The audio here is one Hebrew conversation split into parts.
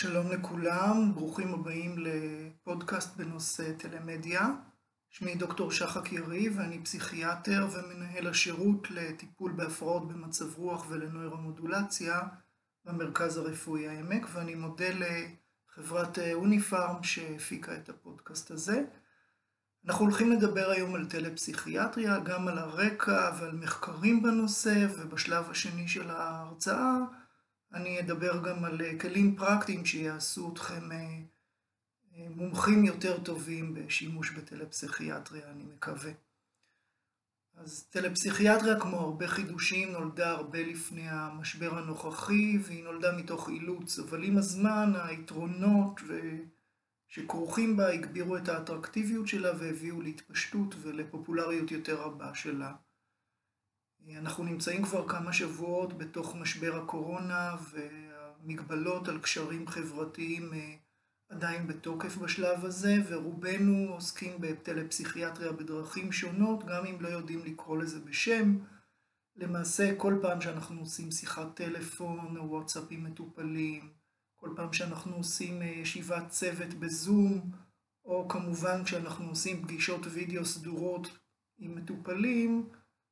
שלום לכולם, ברוכים הבאים לפודקאסט בנושא טלמדיה. שמי דוקטור שחק יריב ואני פסיכיאטר ומנהל השירות לטיפול בהפרעות במצב רוח ולנוירומודולציה במרכז הרפואי העמק, ואני מודה לחברת אוניפארם שהפיקה את הפודקאסט הזה. אנחנו הולכים לדבר היום על טלפסיכיאטריה, גם על הרקע ועל מחקרים בנושא, ובשלב השני של ההרצאה אני אדבר גם על כלים פרקטיים שיעשו אתכם מומחים יותר טובים בשימוש בטלפסיכיאטריה, אני מקווה. אז טלפסיכיאטריה, כמו הרבה חידושים, נולדה הרבה לפני המשבר הנוכחי, והיא נולדה מתוך אילוץ, אבל עם הזמן היתרונות שכרוכים בה הגבירו את האטרקטיביות שלה והביאו להתפשטות ולפופולריות יותר רבה שלה. אנחנו נמצאים כבר כמה שבועות בתוך משבר הקורונה, והמגבלות על קשרים חברתיים עדיין בתוקף בשלב הזה, ורובנו עוסקים בטלפסיכיאטריה בדרכים שונות, גם אם לא יודעים לקרוא לזה בשם. למעשה, כל פעם שאנחנו עושים שיחת טלפון או וואטסאפ עם מטופלים, כל פעם שאנחנו עושים ישיבת צוות בזום, או כמובן כשאנחנו עושים פגישות וידאו סדורות עם מטופלים,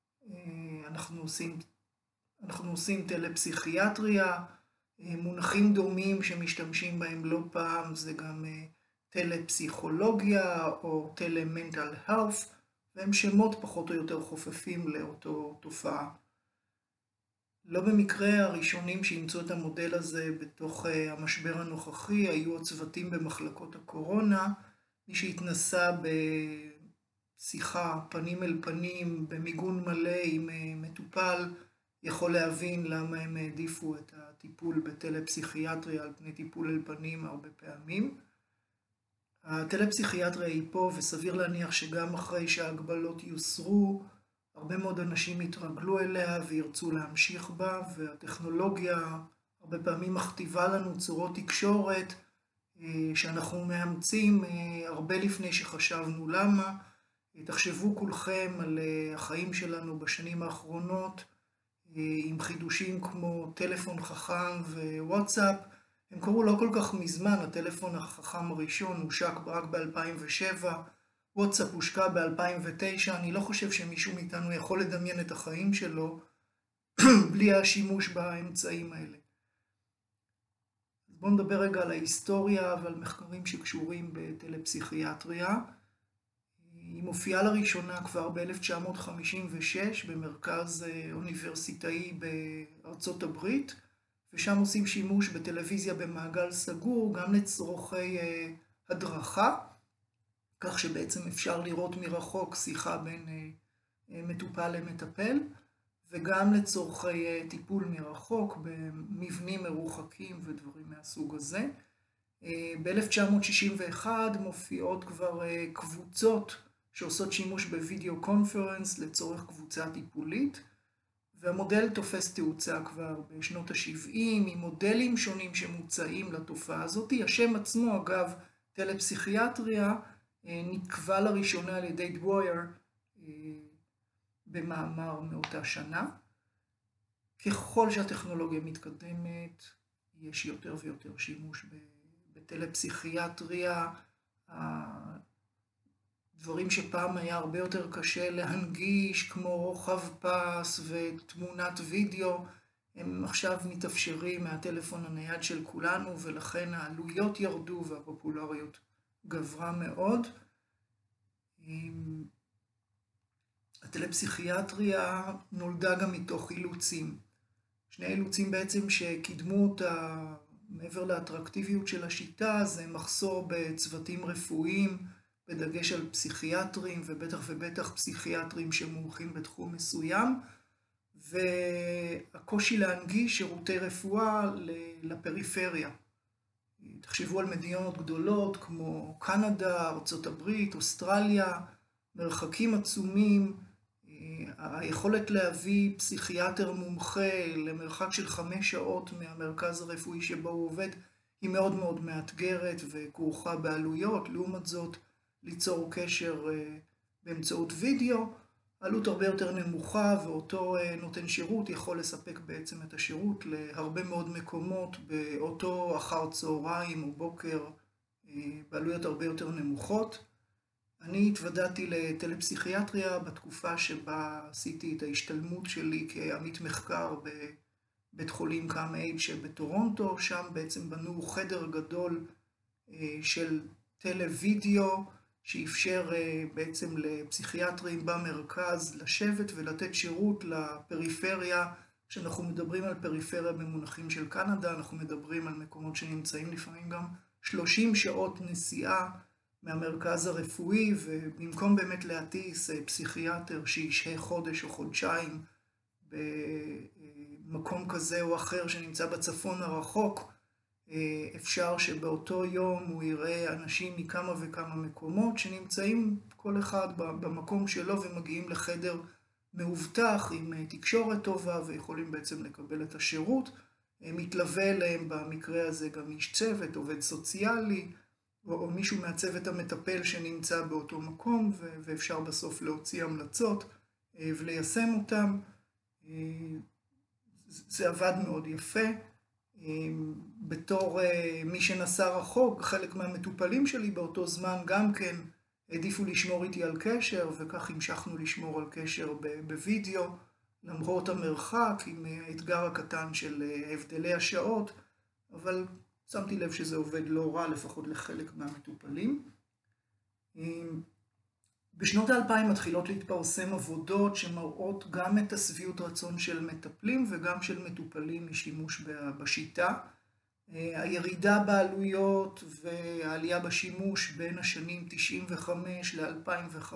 אנחנו עושים טלפסיכיאטריה. מונחים דומים שמשתמשים בהם לא פעם זה גם טלפסיכולוגיה או טלמנטל הלף, והם שמות פחות או יותר חופפים לאותו תופעה. לא במקרה הראשונים שאימצו את המודל הזה בתוך המשבר הנוכחי היו הצוותים במחלקות הקורונה. מי שהתנסה בשיחה פנים אל פנים במיגון מלא עם מטופל יכול להבין למה הם העדיפו את הטיפול בטלפסיכיאטריה על פני טיפול אל פנים הרבה פעמים. הטלפסיכיאטריה היא פה, וסביר להניח שגם אחרי שההגבלות יוסרו, הרבה מאוד אנשים יתרגלו אליה וירצו להמשיך בה, והטכנולוגיה הרבה פעמים מכתיבה לנו צורות תקשורת שאנחנו מאמצים הרבה לפני שחשבנו למה. תחשבו כולכם על החיים שלנו בשנים האחרונות, עם חידושים כמו טלפון חכם ווואטסאפ. הם קראו לא כל כך מזמן, הטלפון החכם הראשון הושק רק ב-2007, וואטסאפ הושקע ב-2009, אני לא חושב שמישהו מאיתנו יכול לדמיין את החיים שלו בלי השימוש באמצעים האלה. בואו נדבר רגע על ההיסטוריה ועל מחקרים שקשורים בטלפסיכיאטריה. היא מופיעה לראשונה כבר ב-1956 במרכז אוניברסיטאי בארצות הברית, ושם עושים שימוש בטלוויזיה במעגל סגור גם לצורכי הדרכה, כך שבעצם אפשר לראות מרחוק שיחה בין מטופל למטפל, וגם לצורכי טיפול מרחוק במבנים מרוחקים ודברים מהסוג הזה. ב-1961 מופיעות כבר קבוצות שעושות שימוש בווידאו קונפרנס לצורך קבוצה טיפולית, והמודל תופס תאוצה כבר בשנות ה-70 עם מודלים שונים שמוצעים לתופעה הזאת. השם עצמו, אגב, טלפסיכיאטריה, נקבע לראשונה על ידי דווייר במאמר מאותה שנה. ככל שהטכנולוגיה מתקדמת, יש יותר ויותר שימוש בטלפסיכיאטריה. דברים שפעם היה הרבה יותר קשה להנגיש, כמו רוחב פס ותמונת וידאו, הם עכשיו מתאפשרים מהטלפון הנייד של כולנו, ולכן העלויות ירדו והפופולריות גברה מאוד. הטלפסיכיאטריה נולדה גם מתוך אילוצים. שני אילוצים בעצם שקידמו אותה מעבר לאטרקטיביות של השיטה, זה מחסור בצוותים רפואיים, בדגש על פסיכיאטרים ובטח פסיכיאטרים שמומחים בתחום מסוים, והקושי להנגיש שירותי רפואה לפריפריה. תחשבו על מדינות גדולות כמו קנדה, ארצות הברית, אוסטרליה, מרחקים עצומים. היכולת להביא פסיכיאטר מומחה למרחק של 5 שעות מהמרכז הרפואי שבו הוא עובד היא מאוד מאוד מאתגרת וכרוכה בעלויות. לעומת זאת, ליצור קשר באמצעות וידאו, העלות הרבה יותר נמוכה, ואותו נותן שירות יכול לספק בעצם את השירות להרבה מאוד מקומות באותו אחר צהריים או בוקר, בעלויות הרבה יותר נמוכות. אני התוודעתי לטלפסיכיאטריה בתקופה שבה עשיתי את ההשתלמות שלי כעמית מחקר בבית חולים קאמ-אייג' שבטורונטו. שם בעצם בנו חדר גדול של טלווידאו שאפשר בעצם לפסיכיאטרים במרכז לשבת ולתת שירות לפריפריה. כשאנחנו מדברים על פריפריה במונחים של קנדה, אנחנו מדברים על מקומות שנמצאים לפעמים גם 30 שעות נסיעה מהמרכז הרפואי, ובמקום באמת להטיס פסיכיאטר שישהה חודש או חודשיים במקום כזה או אחר שנמצא בצפון הרחוק, אפשר שבאותו יום הוא יראה אנשים מכמה וכמה מקומות שנמצאים כל אחד במקום שלו ומגיעים לחדר מאובטח עם תקשורת טובה ויכולים בעצם לקבל את השירות. מתלווה אליהם במקרה הזה גם איש צוות, עובד סוציאלי, או מישהו מהצוות המטפל שנמצא באותו מקום, ואפשר בסוף להוציא המלצות וליישם אותם. זה עבד מאוד יפה. בתור מי שנסע רחוק, חלק מהמטופלים שלי באותו זמן גם כן העדיפו לשמור איתי על קשר, וכך המשכנו לשמור על קשר בווידאו, למרות המרחק, עם האתגר הקטן של הבדלי השעות, אבל שמתי לב שזה עובד לא רע, לפחות לחלק מהמטופלים. בשנות ה-2000 מתחילות להתפרסם עבודות שמראות גם את השביעות רצון של מטפלים וגם של מטופלים משימוש בשיטה. הירידה בעלויות והעלייה בשימוש בין השנים 95 ל-2005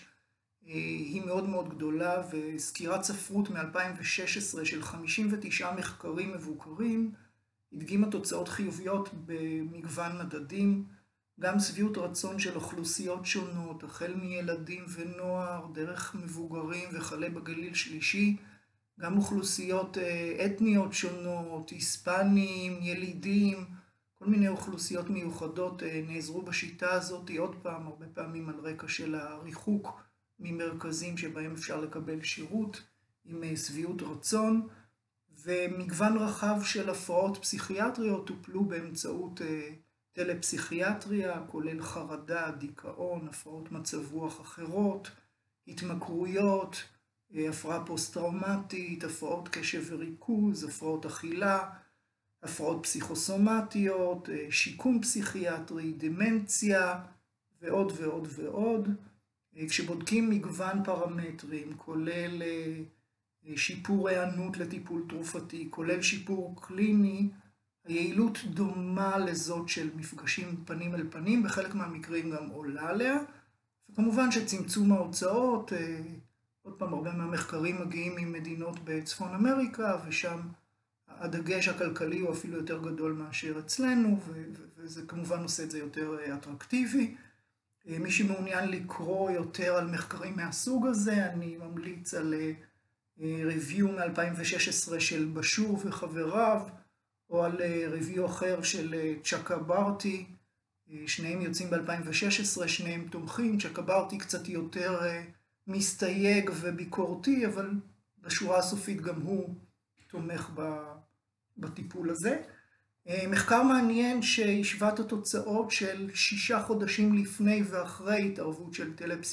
היא מאוד מאוד גדולה, וסקירת ספרות מ-2016 של 59 מחקרים מבוקרים הדגימה תוצאות חיוביות במגוון מדדים. גם שביעות רצון של אוכלוסיות שונות, החל מילדים ונוער, דרך מבוגרים וכלה בגליל שלישי, גם אוכלוסיות אתניות שונות, היספנים, ילידים, כל מיני אוכלוסיות מיוחדות נעזרו בשיטה הזאת, עוד פעם, הרבה פעמים על רקע של הריחוק ממרכזים שבהם אפשר לקבל שירות עם שביעות רצון, ומגוון רחב של הפרעות פסיכיאטריות טופלו באמצעות טלפסיכיאטריה, כולל חרדה, דיכאון, הפרעות מצב רוח אחרות, התמכרויות, הפרעה פוסט-טראומטית, הפרעות קשב וריכוז, הפרעות אכילה, הפרעות פסיכוסומטיות, שיקום פסיכיאטרי, דמנציה ועוד ועוד ועוד. כשבודקים מגוון פרמטרים, כולל שיפור הענות לטיפול תרופתי, כולל שיפור קליני, היעילות דומה לזאת של מפגשים פנים אל פנים, בחלק מהמקרים גם עולה עליה, וכמובן שצמצום ההוצאות, עוד פעם, הרבה מהמחקרים מגיעים ממדינות בצפון אמריקה, ושם הדגש הכלכלי הוא אפילו יותר גדול מאשר אצלנו, וזה כמובן עושה את זה יותר אטרקטיבי. מי שמעוניין לקרוא יותר על מחקרים מהסוג הזה, אני ממליץ על ריוויו מ-2016 של בשור וחבריו, או על ריוויו אחר של צ'קברטי, שניהם יוצאים ב-2016, שניהם תומכים. צ'קברטי קצת יותר מסתייג וביקורתי, אבל בשורה הסופית גם הוא תומך בטיפול הזה. מחקר מעניין שהשווה את התוצאות של 6 חודשים לפני ואחרי התערבות של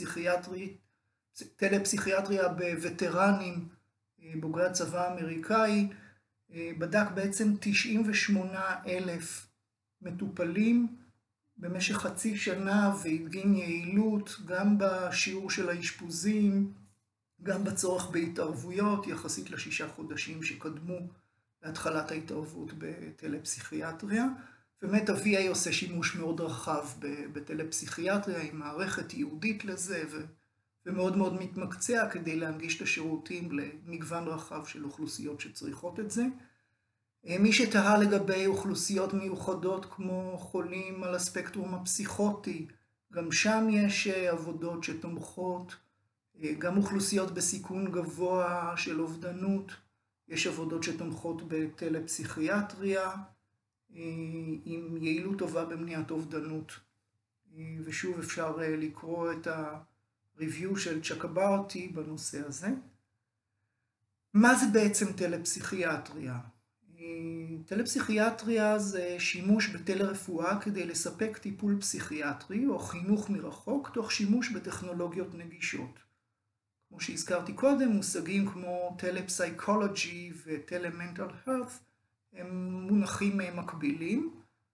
טלפסיכיאטריה בווטרנים בוגרי הצבא האמריקאי, בדק בעצם 98,000 מטופלים במשך חצי שנה, והדגים יעילות גם בשיעור של האשפוזים, גם בצורך בהתערבויות יחסית ל6 חודשים שקדמו להתחלת ההתערבות בטלפסיכיאטריה. באמת ה-VA עושה שימוש מאוד רחב בטלפסיכיאטריה עם מערכת ייעודית לזה, ומאוד מאוד מתמקצע כדי להנגיש את השירותים למגוון רחב של אוכלוסיות שצריכות את זה. מי שתהה לגבי אוכלוסיות מיוחדות כמו חולים על הספקטרום הפסיכוטי, גם שם יש עבודות שתומכות, גם אוכלוסיות בסיכון גבוה של אובדנות, יש עבודות שתומכות בטלפסיכיאטריה, עם יעילות טובה במניעת אובדנות. ושוב אפשר לקרוא את ריוויו של צ'קאברטי בנושא הזה. מה זה בעצם טלפסיכיאטריה? טלפסיכיאטריה זה שימוש בטלרפואה כדי לספק טיפול פסיכיאטרי או חינוך מרחוק תוך שימוש בטכנולוגיות נגישות. כמו שהזכרתי קודם, מושגים כמו טלפסייקולוגי וטלמנטל הרת' הם מונחים מקבילים.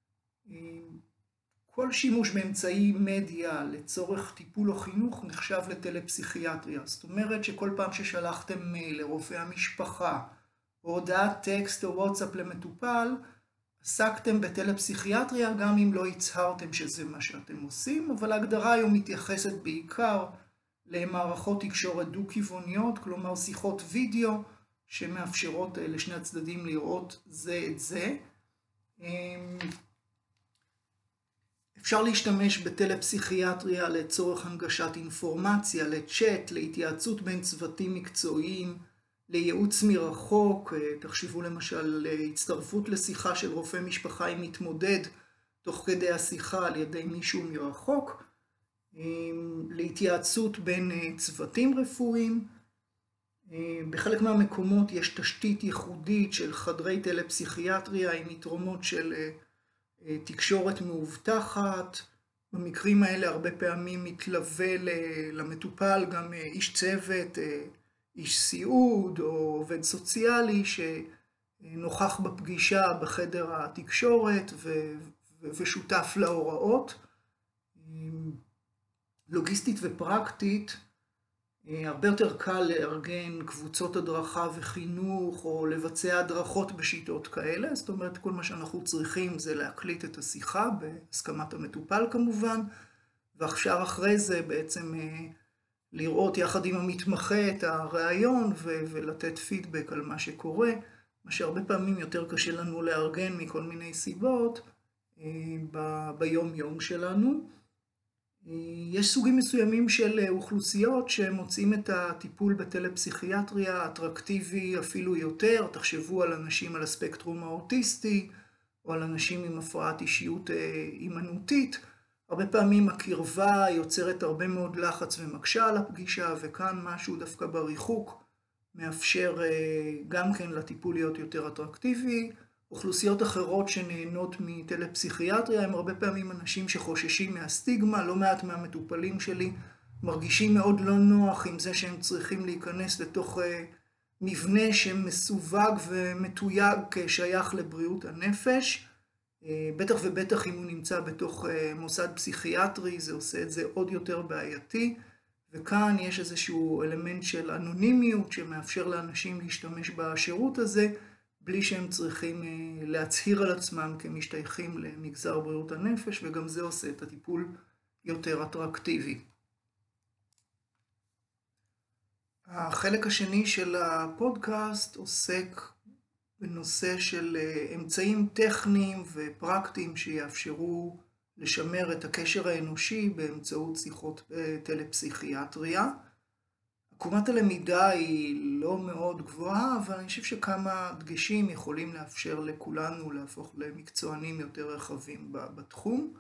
כל שימוש באמצעי מדיה לצורך טיפול או חינוך נחשב לטלפסיכיאטריה. זאת אומרת שכל פעם ששלחתם מייל לרופא המשפחה, או הודעת טקסט או וואטסאפ למטופל, עסקתם בטלפסיכיאטריה גם אם לא הצהרתם שזה מה שאתם עושים, אבל ההגדרה היום מתייחסת בעיקר למערכות תקשורת דו-כיווניות, כלומר שיחות וידאו שמאפשרות לשני הצדדים לראות זה את זה. אפשר להשתמש בטלפסיכיאטריה לצורך הנגשת אינפורמציה, לצ'אט, להתייעצות בין צוותים מקצועיים, לייעוץ מרחוק, תחשבו למשל להצטרפות לשיחה של רופא משפחה עם מתמודד תוך כדי השיחה על ידי מישהו מרחוק, להתייעצות בין צוותים רפואיים. בחלק מהמקומות יש תשתית ייחודית של חדרי טלפסיכיאטריה עם יתרונות של תקשורת מאובטחת. במקרים האלה הרבה פעמים מתלווה למטופל גם איש צוות, איש סיעוד או עובד סוציאלי שנוכח בפגישה בחדר התקשורת ושותף להוראות. לוגיסטית ופרקטית, הרבה יותר קל לארגן קבוצות הדרכה וחינוך או לבצע הדרכות בשיטות כאלה. זאת אומרת, כל מה שאנחנו צריכים זה להקליט את השיחה בהסכמת המטופל כמובן, ועכשיו אחרי זה בעצם לראות יחד עם המתמחה את הרעיון ולתת פידבק על מה שקורה, מה שהרבה פעמים יותר קשה לנו לארגן מכל מיני סיבות ביום יום שלנו. יש סוגים מסוימים של אוכלוסיות שמוצאים את הטיפול בטלפסיכיאטריה אטרקטיבי אפילו יותר. תחשבו על אנשים על הספקטרום האוטיסטי או על אנשים עם הפרעת אישיות אימנותית. הרבה פעמים הקרבה יוצרת הרבה מאוד לחץ ומקשה על הפגישה, וכאן משהו דווקא בריחוק מאפשר גם כן לטיפול להיות יותר אטרקטיבי. אוכלוסיות אחרות שנהנות מטלפסיכיאטריה הם הרבה פעמים אנשים שחוששים מהסטיגמה. לא מעט מהמטופלים שלי מרגישים מאוד לא נוח עם זה שהם צריכים להיכנס לתוך מבנה שמסווג ומתויג כשייך לבריאות הנפש. בטח ובטח אם הוא נמצא בתוך מוסד פסיכיאטרי, זה עושה את זה עוד יותר בעייתי. וכאן יש איזשהו אלמנט של אנונימיות שמאפשר לאנשים להשתמש בשירות הזה, בלי שהם צריכים להצהיר על עצמם כמשתייכים למגזר בריאות הנפש, וגם זה עושה את הטיפול יותר אטרקטיבי. החלק השני של הפודקאסט עוסק בנושא של אמצעים טכניים ופרקטיים שיאפשרו לשמר את הקשר האנושי באמצעות שיחות טלפסיכיאטריה. עקומת הלמידה היא לא מאוד גבוהה, אבל אני חושב שכמה דגשים יכולים לאפשר לכולנו להפוך למקצוענים יותר רחבים בתחום.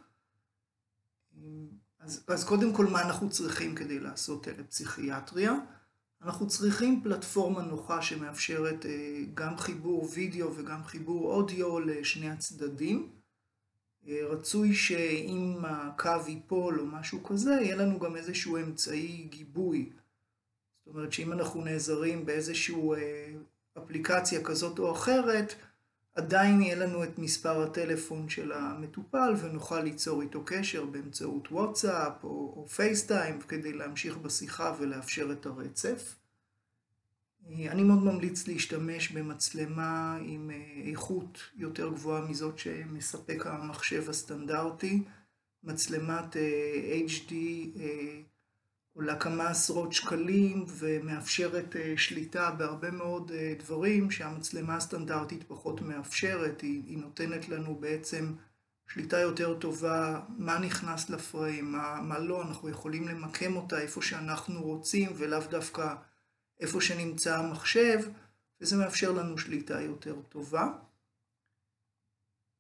אז קודם כל, מה אנחנו צריכים כדי לעשות טלפסיכיאטריה? אנחנו צריכים פלטפורמה נוחה שמאפשרת גם חיבור וידאו וגם חיבור אודיו לשני הצדדים. רצוי שאם הקו ייפול או משהו כזה, יהיה לנו גם איזשהו אמצעי גיבוי. זאת אומרת שאם אנחנו נעזרים באיזשהו אפליקציה כזאת או אחרת, עדיין יהיה לנו את מספר הטלפון של המטופל ונוכל ליצור איתו קשר באמצעות וואטסאפ או פייסטיים כדי להמשיך בשיחה ולאפשר את הרצף. אני מאוד ממליץ להשתמש במצלמה עם איכות יותר גבוהה מזאת שמספק המחשב הסטנדרטי. מצלמת HD עולה כמה עשרות שקלים ומאפשרת שליטה בהרבה מאוד דברים שהמצלמה הסטנדרטית פחות מאפשרת. היא נותנת לנו בעצם שליטה יותר טובה, מה נכנס לפריים, מה לא. אנחנו יכולים למקם אותה איפה שאנחנו רוצים ולאו דווקא איפה שנמצא המחשב, וזה מאפשר לנו שליטה יותר טובה.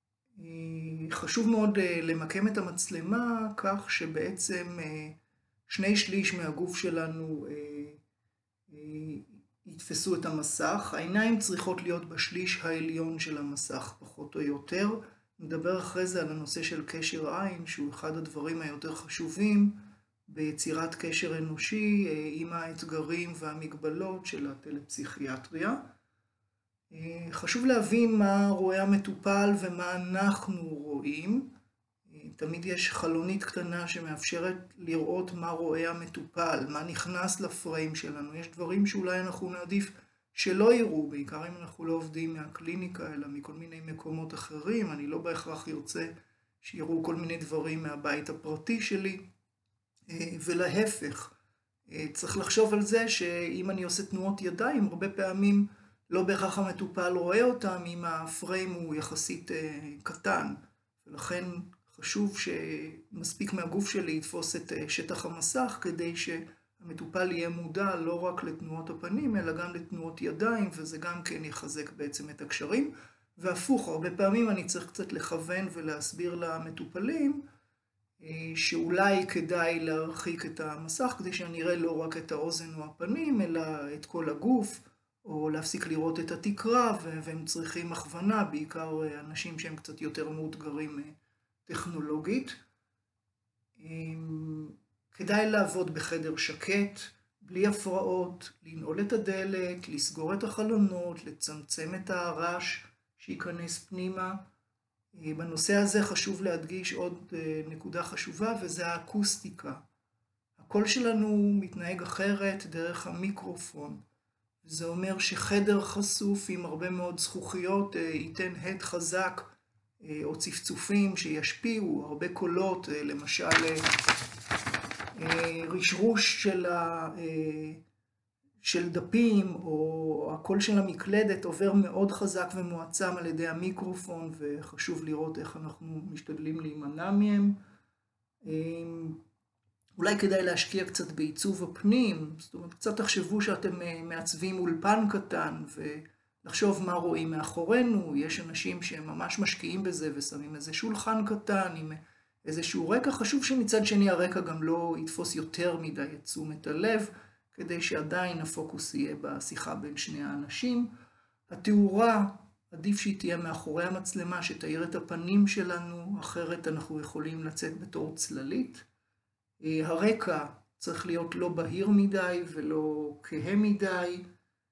חשוב מאוד למקם את המצלמה כך שבעצם 2/3 מהגוף שלנו יתפסו את המסך. העיניים צריכות להיות בשליש העליון של המסך, פחות או יותר. נדבר אחרי זה על הנושא של קשר עין, שהוא אחד הדברים היותר חשובים ביצירת קשר אנושי עם האתגרים והמגבלות של הטלפסיכיאטריה. חשוב להבין מה רואה המטופל ומה אנחנו רואים. תמיד יש חלונית קטנה שמאפשרת לראות מה רואה המטופל, מה נכנס לפריים שלנו. יש דברים שאולי אנחנו נעדיף שלא יראו, בעיקר אם אנחנו לא עובדים מהקליניקה, אלא מכל מיני מקומות אחרים. אני לא בהכרח ירצה שיראו כל מיני דברים מהבית הפרטי שלי, ולהפך. צריך לחשוב על זה שאם אני עושה תנועות ידיים, הרבה פעמים לא בהכרח המטופל רואה אותם אם הפריים הוא יחסית קטן, ולכן חשוב שמספיק מהגוף שלי יתפוס את שטח המסך כדי שהמטופל יהיה מודע לא רק לתנועות הפנים אלא גם לתנועות ידיים, וזה גם כן יחזק בעצם את הקשרים. והפוך, הרבה פעמים אני צריך קצת לכוון ולהסביר למטופלים שאולי כדאי להרחיק את המסך כדי שאני אראה לא רק את האוזן או הפנים אלא את כל הגוף, או להפסיק לראות את התקרה, והם צריכים הכוונה, בעיקר אנשים שהם קצת יותר מאותגרים טכנולוגית. כדאי לעבוד בחדר שקט, בלי הפרעות, לנעול את הדלת, לסגור את החלונות, לצמצם את הרעש שייכנס פנימה. בנושא הזה חשוב להדגיש עוד נקודה חשובה, וזה האקוסטיקה. הקול שלנו מתנהג אחרת דרך המיקרופון. זה אומר שחדר חשוף עם הרבה מאוד זכוכיות ייתן הד חזק או צפצופים שישפיעו, הרבה קולות, למשל רשרוש של דפים או הקול של המקלדת עובר מאוד חזק ומועצם על ידי המיקרופון, וחשוב לראות איך אנחנו משתדלים להימנע מהם. אולי כדאי להשקיע קצת בעיצוב הפנים, זאת אומרת, קצת תחשבו שאתם מעצבים אולפן קטן ולחשוב מה רואים מאחורינו. יש אנשים שהם ממש משקיעים בזה ושמים איזה שולחן קטן עם איזשהו רקע. חשוב שמצד שני הרקע גם לא יתפוס יותר מדי את תשומת הלב, כדי שעדיין הפוקוס יהיה בשיחה בין שני האנשים. התאורה, עדיף שהיא תהיה מאחורי המצלמה, שתאיר את הפנים שלנו, אחרת אנחנו יכולים לצאת בתור צללית. הרקע צריך להיות לא בהיר מדי ולא כהה מדי.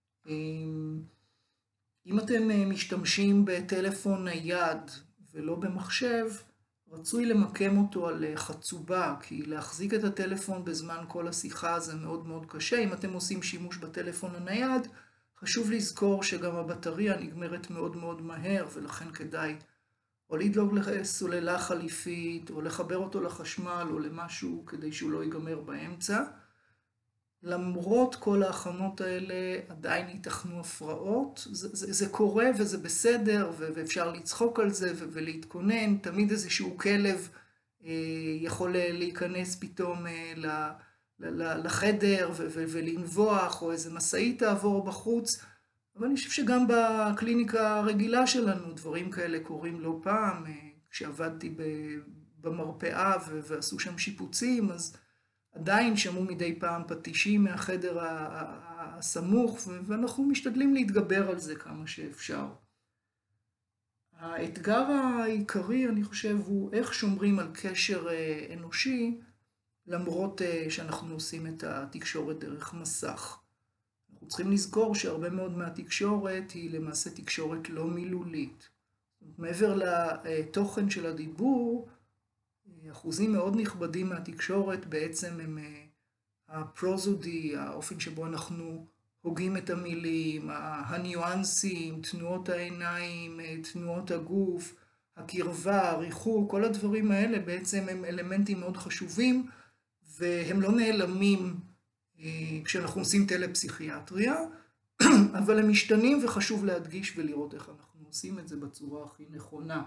אם אתם משתמשים בטלפון נייד ולא במחשב, רצוי למקם אותו על חצובה, כי להחזיק את הטלפון בזמן כל השיחה זה מאוד מאוד קשה. אם אתם עושים שימוש בטלפון הנייד, חשוב לזכור שגם הבטריה נגמרת מאוד מאוד מהר, ולכן כדאי או לדאוג לסוללה חליפית, או לחבר אותו לחשמל, או למשהו כדי שהוא לא ייגמר באמצע. למרות כל ההכנות האלה, עדיין ייתכנו הפרעות. זה קורה וזה בסדר, ואפשר לצחוק על זה ולהתכונן. תמיד איזשהו כלב יכול להיכנס פתאום לחדר ולנבוח, או איזה משאית תעבור בחוץ. אבל אני חושב שגם בקליניקה הרגילה שלנו דברים כאלה קורים לא פעם. כשעבדתי במרפאה ועשו שם שיפוצים, אז עדיין שמעו מדי פעם פטישים מהחדר הסמוך, ואנחנו משתדלים להתגבר על זה כמה שאפשר. האתגר העיקרי, אני חושב, הוא איך שומרים על קשר אנושי, למרות שאנחנו עושים את התקשורת דרך מסך. אנחנו צריכים לזכור שהרבה מאוד מהתקשורת היא למעשה תקשורת לא מילולית. מעבר לתוכן של הדיבור, אחוזים מאוד נכבדים מהתקשורת בעצם הם הפרוזודי, האופן שבו אנחנו הוגים את המילים, הניואנסים, תנועות העיניים, תנועות הגוף, הקרבה, הריחוק, כל הדברים האלה בעצם הם אלמנטים מאוד חשובים, והם לא נעלמים כשאנחנו עושים טלפסיכיאטריה, אבל הם משתנים וחשוב להדגיש ולראות איך אנחנו עושים את זה בצורה הכי נכונה.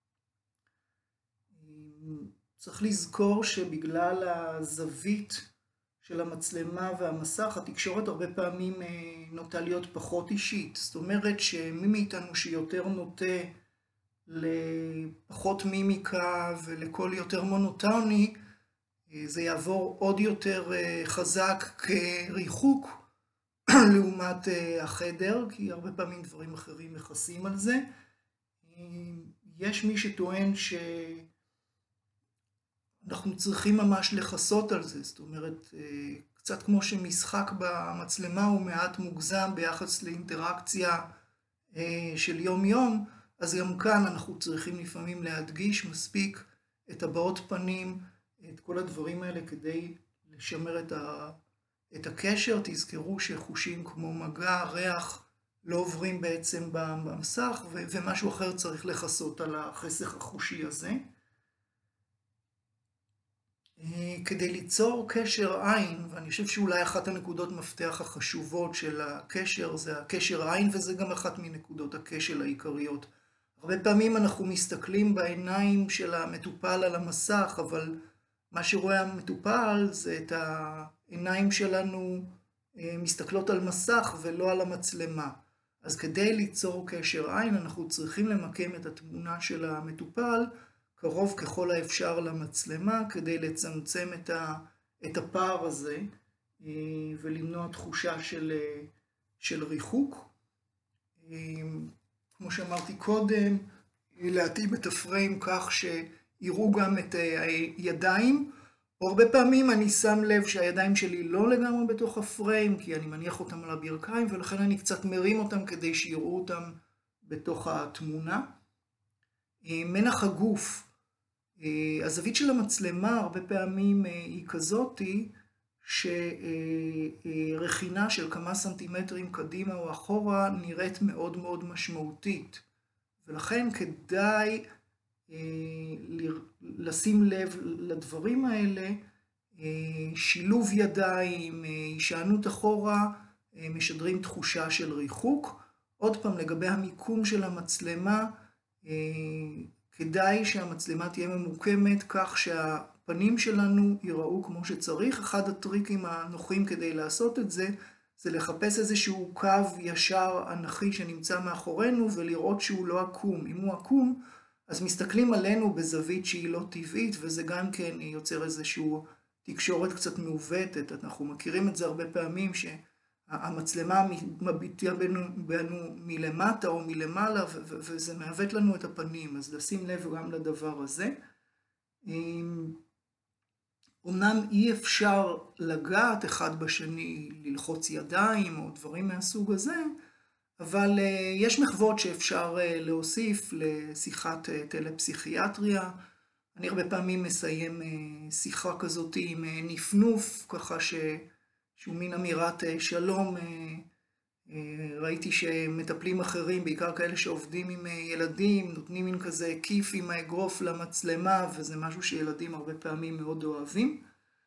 צריך לזכור שבגלל הזווית של המצלמה והמסך, התקשורת הרבה פעמים נוטה להיות פחות אישית. זאת אומרת שמי מאיתנו שיותר נוטה לפחות מימיקה ולקול יותר מונוטוני, זה יעבור עוד יותר חזק כריחוק לעומת החדר, כי הרבה פעמים דברים אחרים מכסים על זה. יש מי שטוען שאנחנו צריכים ממש לכסות על זה, זאת אומרת, קצת כמו שמשחק במצלמה הוא מעט מוגזם ביחס לאינטראקציה של יום-יום, אז גם כאן אנחנו צריכים לפעמים להדגיש מספיק את הבעות פנים, את כל הדברים האלה כדי לשמר את הקשר. תזכרו שחושים כמו מגע, ריח, לא עוברים בעצם במסך, ומשהו אחר צריך לכסות על החסך החושי הזה. כדי ליצור קשר עין, ואני חושב שאולי אחת הנקודות מפתח החשובות של הקשר זה הקשר עין, וזה גם אחת מנקודות הכשל העיקריות. הרבה פעמים אנחנו מסתכלים בעיניים של המטופל על המסך, אבל מה שרואה המטופל זה את העיניים שלנו מסתכלות על מסך ולא על המצלמה. אז כדי ליצור קשר עין אנחנו צריכים למקם את התמונה של המטופל קרוב ככל האפשר למצלמה, כדי לצמצם את הפער הזה ולמנוע תחושה של ריחוק. כמו שאמרתי קודם, להתאים את הפריים כך שיראו גם את הידיים. הרבה פעמים אני שם לב שהידיים שלי לא לגמרי בתוך הפריים, כי אני מניח אותם על הברכיים, ולכן אני קצת מרים אותם כדי שיראו אותם בתוך התמונה. מנח הגוף. הזווית של המצלמה הרבה פעמים היא כזאתי שרכינה של כמה סנטימטרים קדימה או אחורה נראית מאוד מאוד משמעותית, ולכן כדאי לשים לב לדברים האלה. שילוב ידיים, הישענות אחורה, משדרים תחושה של ריחוק. עוד פעם, לגבי המיקום של המצלמה, כדאי שהמצלמה תהיה ממוקמת כך שהפנים שלנו ייראו כמו שצריך. אחד הטריקים הנוחים כדי לעשות את זה, זה לחפש איזשהו קו ישר אנכי שנמצא מאחורינו ולראות שהוא לא עקום. אם הוא עקום, אז מסתכלים עלינו בזווית שהיא לא טבעית, וזה גם כן יוצר איזשהו תקשורת קצת מעוותת. אנחנו מכירים את זה הרבה פעמים שהמצלמה מביטה בנו מלמטה או מלמעלה, וזה מעוות לנו את הפנים, אז לשים לב גם לדבר הזה. אומנם אי אפשר לגעת אחד בשני, ללחוץ ידיים או דברים מהסוג הזה, אבל יש מחוות שאפשר להוסיף לשיחת טלפסיכיאטריה. אני הרבה פעמים מסיים שיחה כזאת עם נפנוף, ככה שהוא מין אמירת שלום. ראיתי שמטפלים אחרים, בעיקר כאלה שעובדים עם ילדים, נותנים מין כזה כיף עם האגרוף למצלמה, וזה משהו שילדים הרבה פעמים מאוד אוהבים.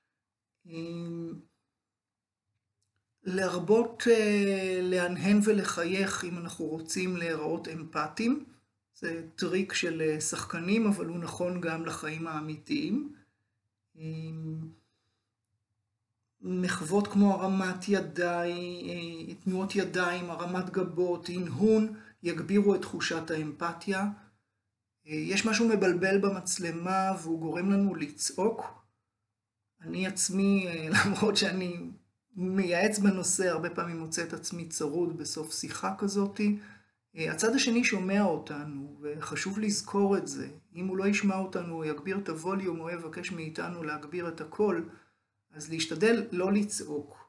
להרבות להנהן ולחייך אם אנחנו רוצים להיראות אמפתיים. זה טריק של שחקנים, אבל הוא נכון גם לחיים האמיתיים. מחוות כמו הרמת ידיים, תנועות ידיים, הרמת גבות, הנהון, יגבירו את תחושת האמפתיה. יש משהו מבלבל במצלמה והוא גורם לנו לצעוק. אני עצמי, למרות שאני מייעץ בנושא, הרבה פעמים מוצא את עצמי צרוד בסוף שיחה כזאת. הצד השני שומע אותנו, וחשוב לזכור את זה. אם הוא לא ישמע אותנו, הוא יגביר את הווליום, הוא יבקש מאיתנו להגביר את הקול, אז להשתדל לא לצעוק.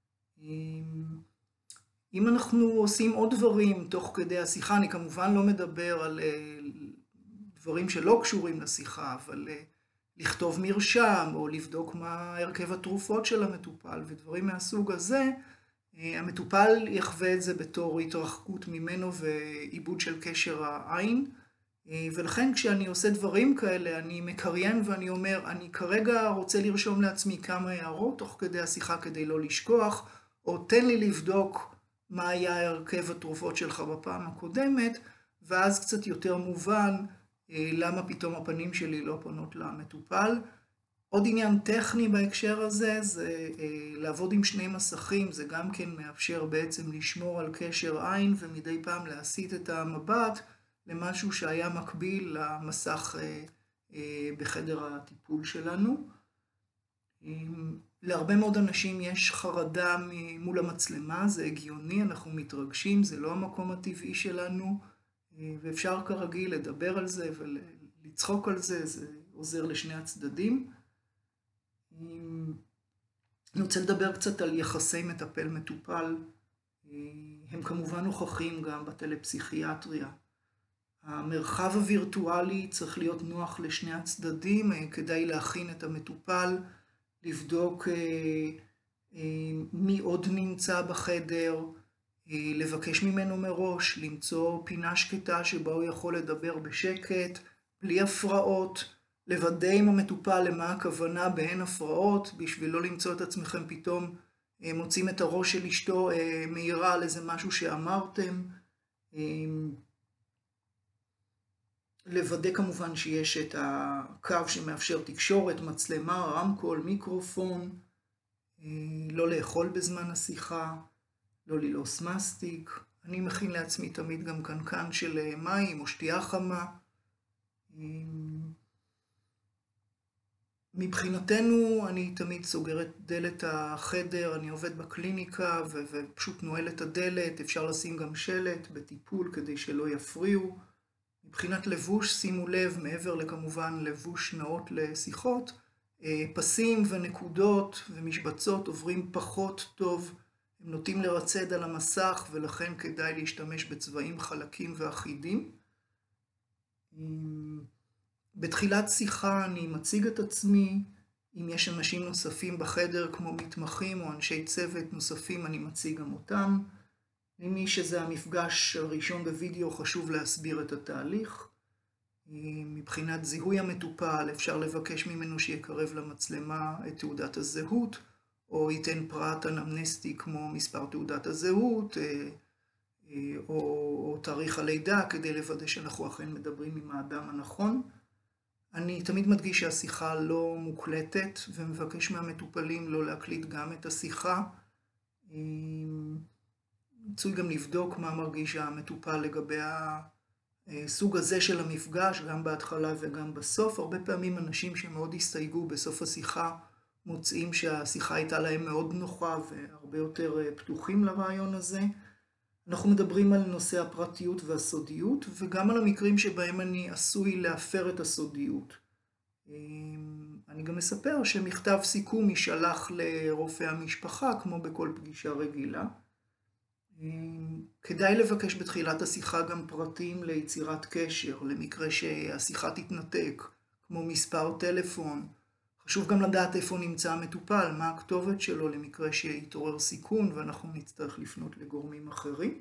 אם אנחנו עושים עוד דברים תוך כדי השיחה, אני כמובן לא מדבר על דברים שלא קשורים לשיחה, אבל לכתוב מרשם או לבדוק מה הרכב התרופות של המטופל ודברים מהסוג הזה, המטופל יחווה את זה בתור התרחקות ממנו ועיבוד של קשר העין. ולכן כשאני עושה דברים כאלה, אני מקריין ואני אומר, אני כרגע רוצה לרשום לעצמי כמה הערות תוך כדי השיחה כדי לא לשכוח, או תן לי לבדוק מה היה הרכב התרופות שלך בפעם הקודמת, ואז קצת יותר מובן למה פתאום הפנים שלי לא פונות למטופל. עוד עניין טכני בהקשר הזה, זה לעבוד עם שני מסכים, זה גם כן מאפשר בעצם לשמור על קשר עין ומדי פעם להסיט את המבט למשהו שהיה מקביל למסך בחדר הטיפול שלנו. להרבה מאוד אנשים יש חרדה מול המצלמה, זה הגיוני, אנחנו מתרגשים, זה לא המקום הטבעי שלנו, ואפשר כרגיל לדבר על זה ולצחוק על זה, זה עוזר לשני הצדדים. אני רוצה לדבר קצת על יחסי מטפל-מטופל, הם כמובן נוכחים גם בטלפסיכיאטריה. המרחב הווירטואלי צריך להיות נוח לשני הצדדים, כדאי להכין את המטופל, לבדוק מי עוד נמצא בחדר, לבקש ממנו מראש, למצוא פינה שקטה שבה הוא יכול לדבר בשקט, בלי הפרעות, לוודא עם המטופל למה הכוונה באין הפרעות, בשביל לא למצוא את עצמכם פתאום מוצאים את הראש של אשתו מהירה על איזה משהו שאמרתם. לוודא כמובן שיש את הקו שמאפשר תקשורת, מצלמה, רמקול, מיקרופון, לא לאכול בזמן השיחה, לא ללעוס מסטיק. אני מכין לעצמי תמיד גם קנקן של מים או שתייה חמה. מבחינתנו אני תמיד סוגר את דלת החדר, אני עובד בקליניקה ופשוט נועל את הדלת, אפשר לשים גם שלט בטיפול כדי שלא יפריעו. מבחינת לבוש, שימו לב, מעבר לכמובן לבוש נאות לשיחות, פסים ונקודות ומשבצות עוברים פחות טוב, הם נוטים לרצד על המסך ולכן כדאי להשתמש בצבעים חלקים ואחידים. בתחילת שיחה אני מציג את עצמי, אם יש אנשים נוספים בחדר כמו מתמחים או אנשי צוות נוספים אני מציג גם אותם. למי שזה המפגש הראשון בווידאו חשוב להסביר את התהליך. מבחינת זיהוי המטופל אפשר לבקש ממנו שיקרב למצלמה את תעודת הזהות, או ייתן פרט אנמנסטי כמו מספר תעודת הזהות, או תאריך הלידה, כדי לוודא שאנחנו אכן מדברים עם האדם הנכון. אני תמיד מדגיש שהשיחה לא מוקלטת, ומבקש מהמטופלים לא להקליט גם את השיחה. רצוי גם לבדוק מה מרגיש המטופל לגבי הסוג הזה של המפגש, גם בהתחלה וגם בסוף. הרבה פעמים אנשים שמאוד הסתייגו בסוף השיחה מוצאים שהשיחה הייתה להם מאוד נוחה והרבה יותר פתוחים לרעיון הזה. אנחנו מדברים על נושא הפרטיות והסודיות וגם על המקרים שבהם אני עשוי להפר את הסודיות. אני גם מספר שמכתב סיכום יישלח לרופא המשפחה כמו בכל פגישה רגילה. כדאי לבקש בתחילת השיחה גם פרטים ליצירת קשר, למקרה שהשיחה תתנתק, כמו מספר טלפון. חשוב גם לדעת איפה נמצא המטופל, מה הכתובת שלו למקרה שיתעורר סיכון ואנחנו נצטרך לפנות לגורמים אחרים.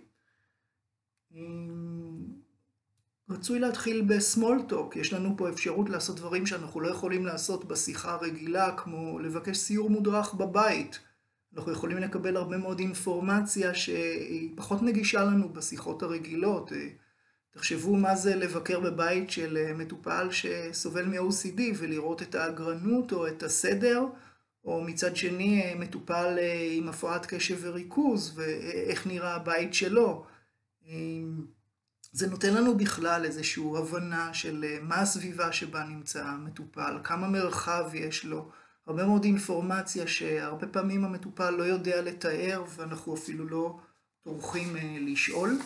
רצוי להתחיל בסמול טוק, יש לנו פה אפשרות לעשות דברים שאנחנו לא יכולים לעשות בשיחה הרגילה, כמו לבקש סיור מודרך בבית. אנחנו יכולים לקבל הרבה מאוד אינפורמציה שהיא פחות נגישה לנו בשיחות הרגילות. תחשבו מה זה לבקר בבית של מטופל שסובל מ-OCD ולראות את האגרנות או את הסדר, או מצד שני מטופל עם הפרעת קשב וריכוז ואיך נראה הבית שלו. זה נותן לנו בכלל איזושהי הבנה של מה הסביבה שבה נמצא המטופל, כמה מרחב יש לו, הרבה מאוד אינפורמציה שהרבה פעמים המטופל לא יודע לתאר ואנחנו אפילו לא טורחים לשאול.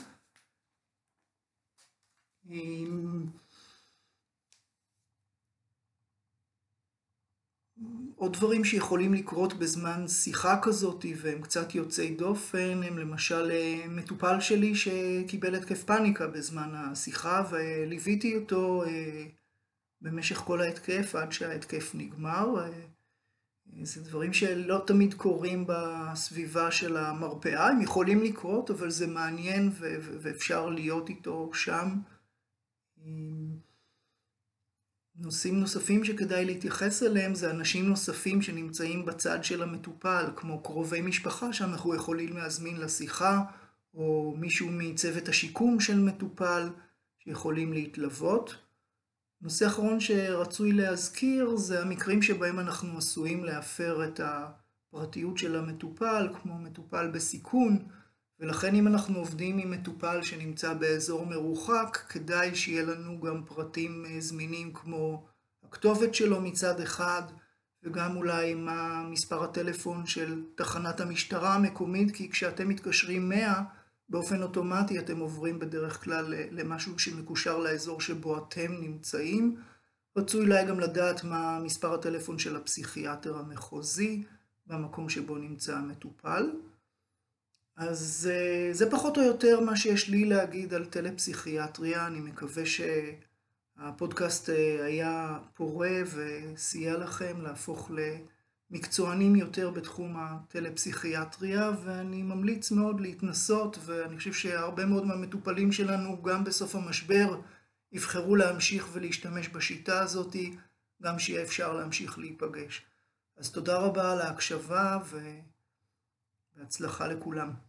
עוד דברים שיכולים לקרות בזמן שיחה כזאת והם קצת יוצאי דופן, הם למשל מטופל שלי שקיבל התקף פאניקה בזמן השיחה וליוויתי אותו במשך כל ההתקף עד שההתקף נגמר. זה דברים שלא תמיד קורים בסביבה של המרפאה, הם יכולים לקרות אבל זה מעניין ואפשר להיות איתו שם. נושאים נוספים שכדאי להתייחס אליהם זה אנשים נוספים שנמצאים בצד של המטופל, כמו קרובי משפחה שאנחנו יכולים להזמין לשיחה, או מישהו מצוות השיקום של מטופל שיכולים להתלוות. נושא אחרון שרצוי להזכיר זה המקרים שבהם אנחנו עשויים להפר את הפרטיות של המטופל, כמו מטופל בסיכון, ולכן אם אנחנו עובדים עם מטופל שנמצא באזור מרוחק, כדאי שיהיה לנו גם פרטים זמינים כמו הכתובת שלו מצד אחד, וגם אולי מה מספר הטלפון של תחנת המשטרה המקומית, כי כשאתם מתקשרים 100, באופן אוטומטי אתם עוברים בדרך כלל למשהו שמקושר לאזור שבו אתם נמצאים. רצוי אולי גם לדעת מה מספר הטלפון של הפסיכיאטר המחוזי, במקום שבו נמצא המטופל. אז זה פחות או יותר מה שיש לי להגיד על טלפסיכיאטריה. אני מקווה שהפודקאסט היה פורה וסייע לכם להפוך למקצוענים יותר בתחום הטלפסיכיאטריה, ואני ממליץ מאוד להתנסות, ואני חושב שהרבה מאוד מהמטופלים שלנו גם בסוף המשבר יבחרו להמשיך ולהשתמש בשיטה הזאת, גם שיהיה אפשר להמשיך להיפגש. אז תודה רבה על ההקשבה והצלחה לכולם.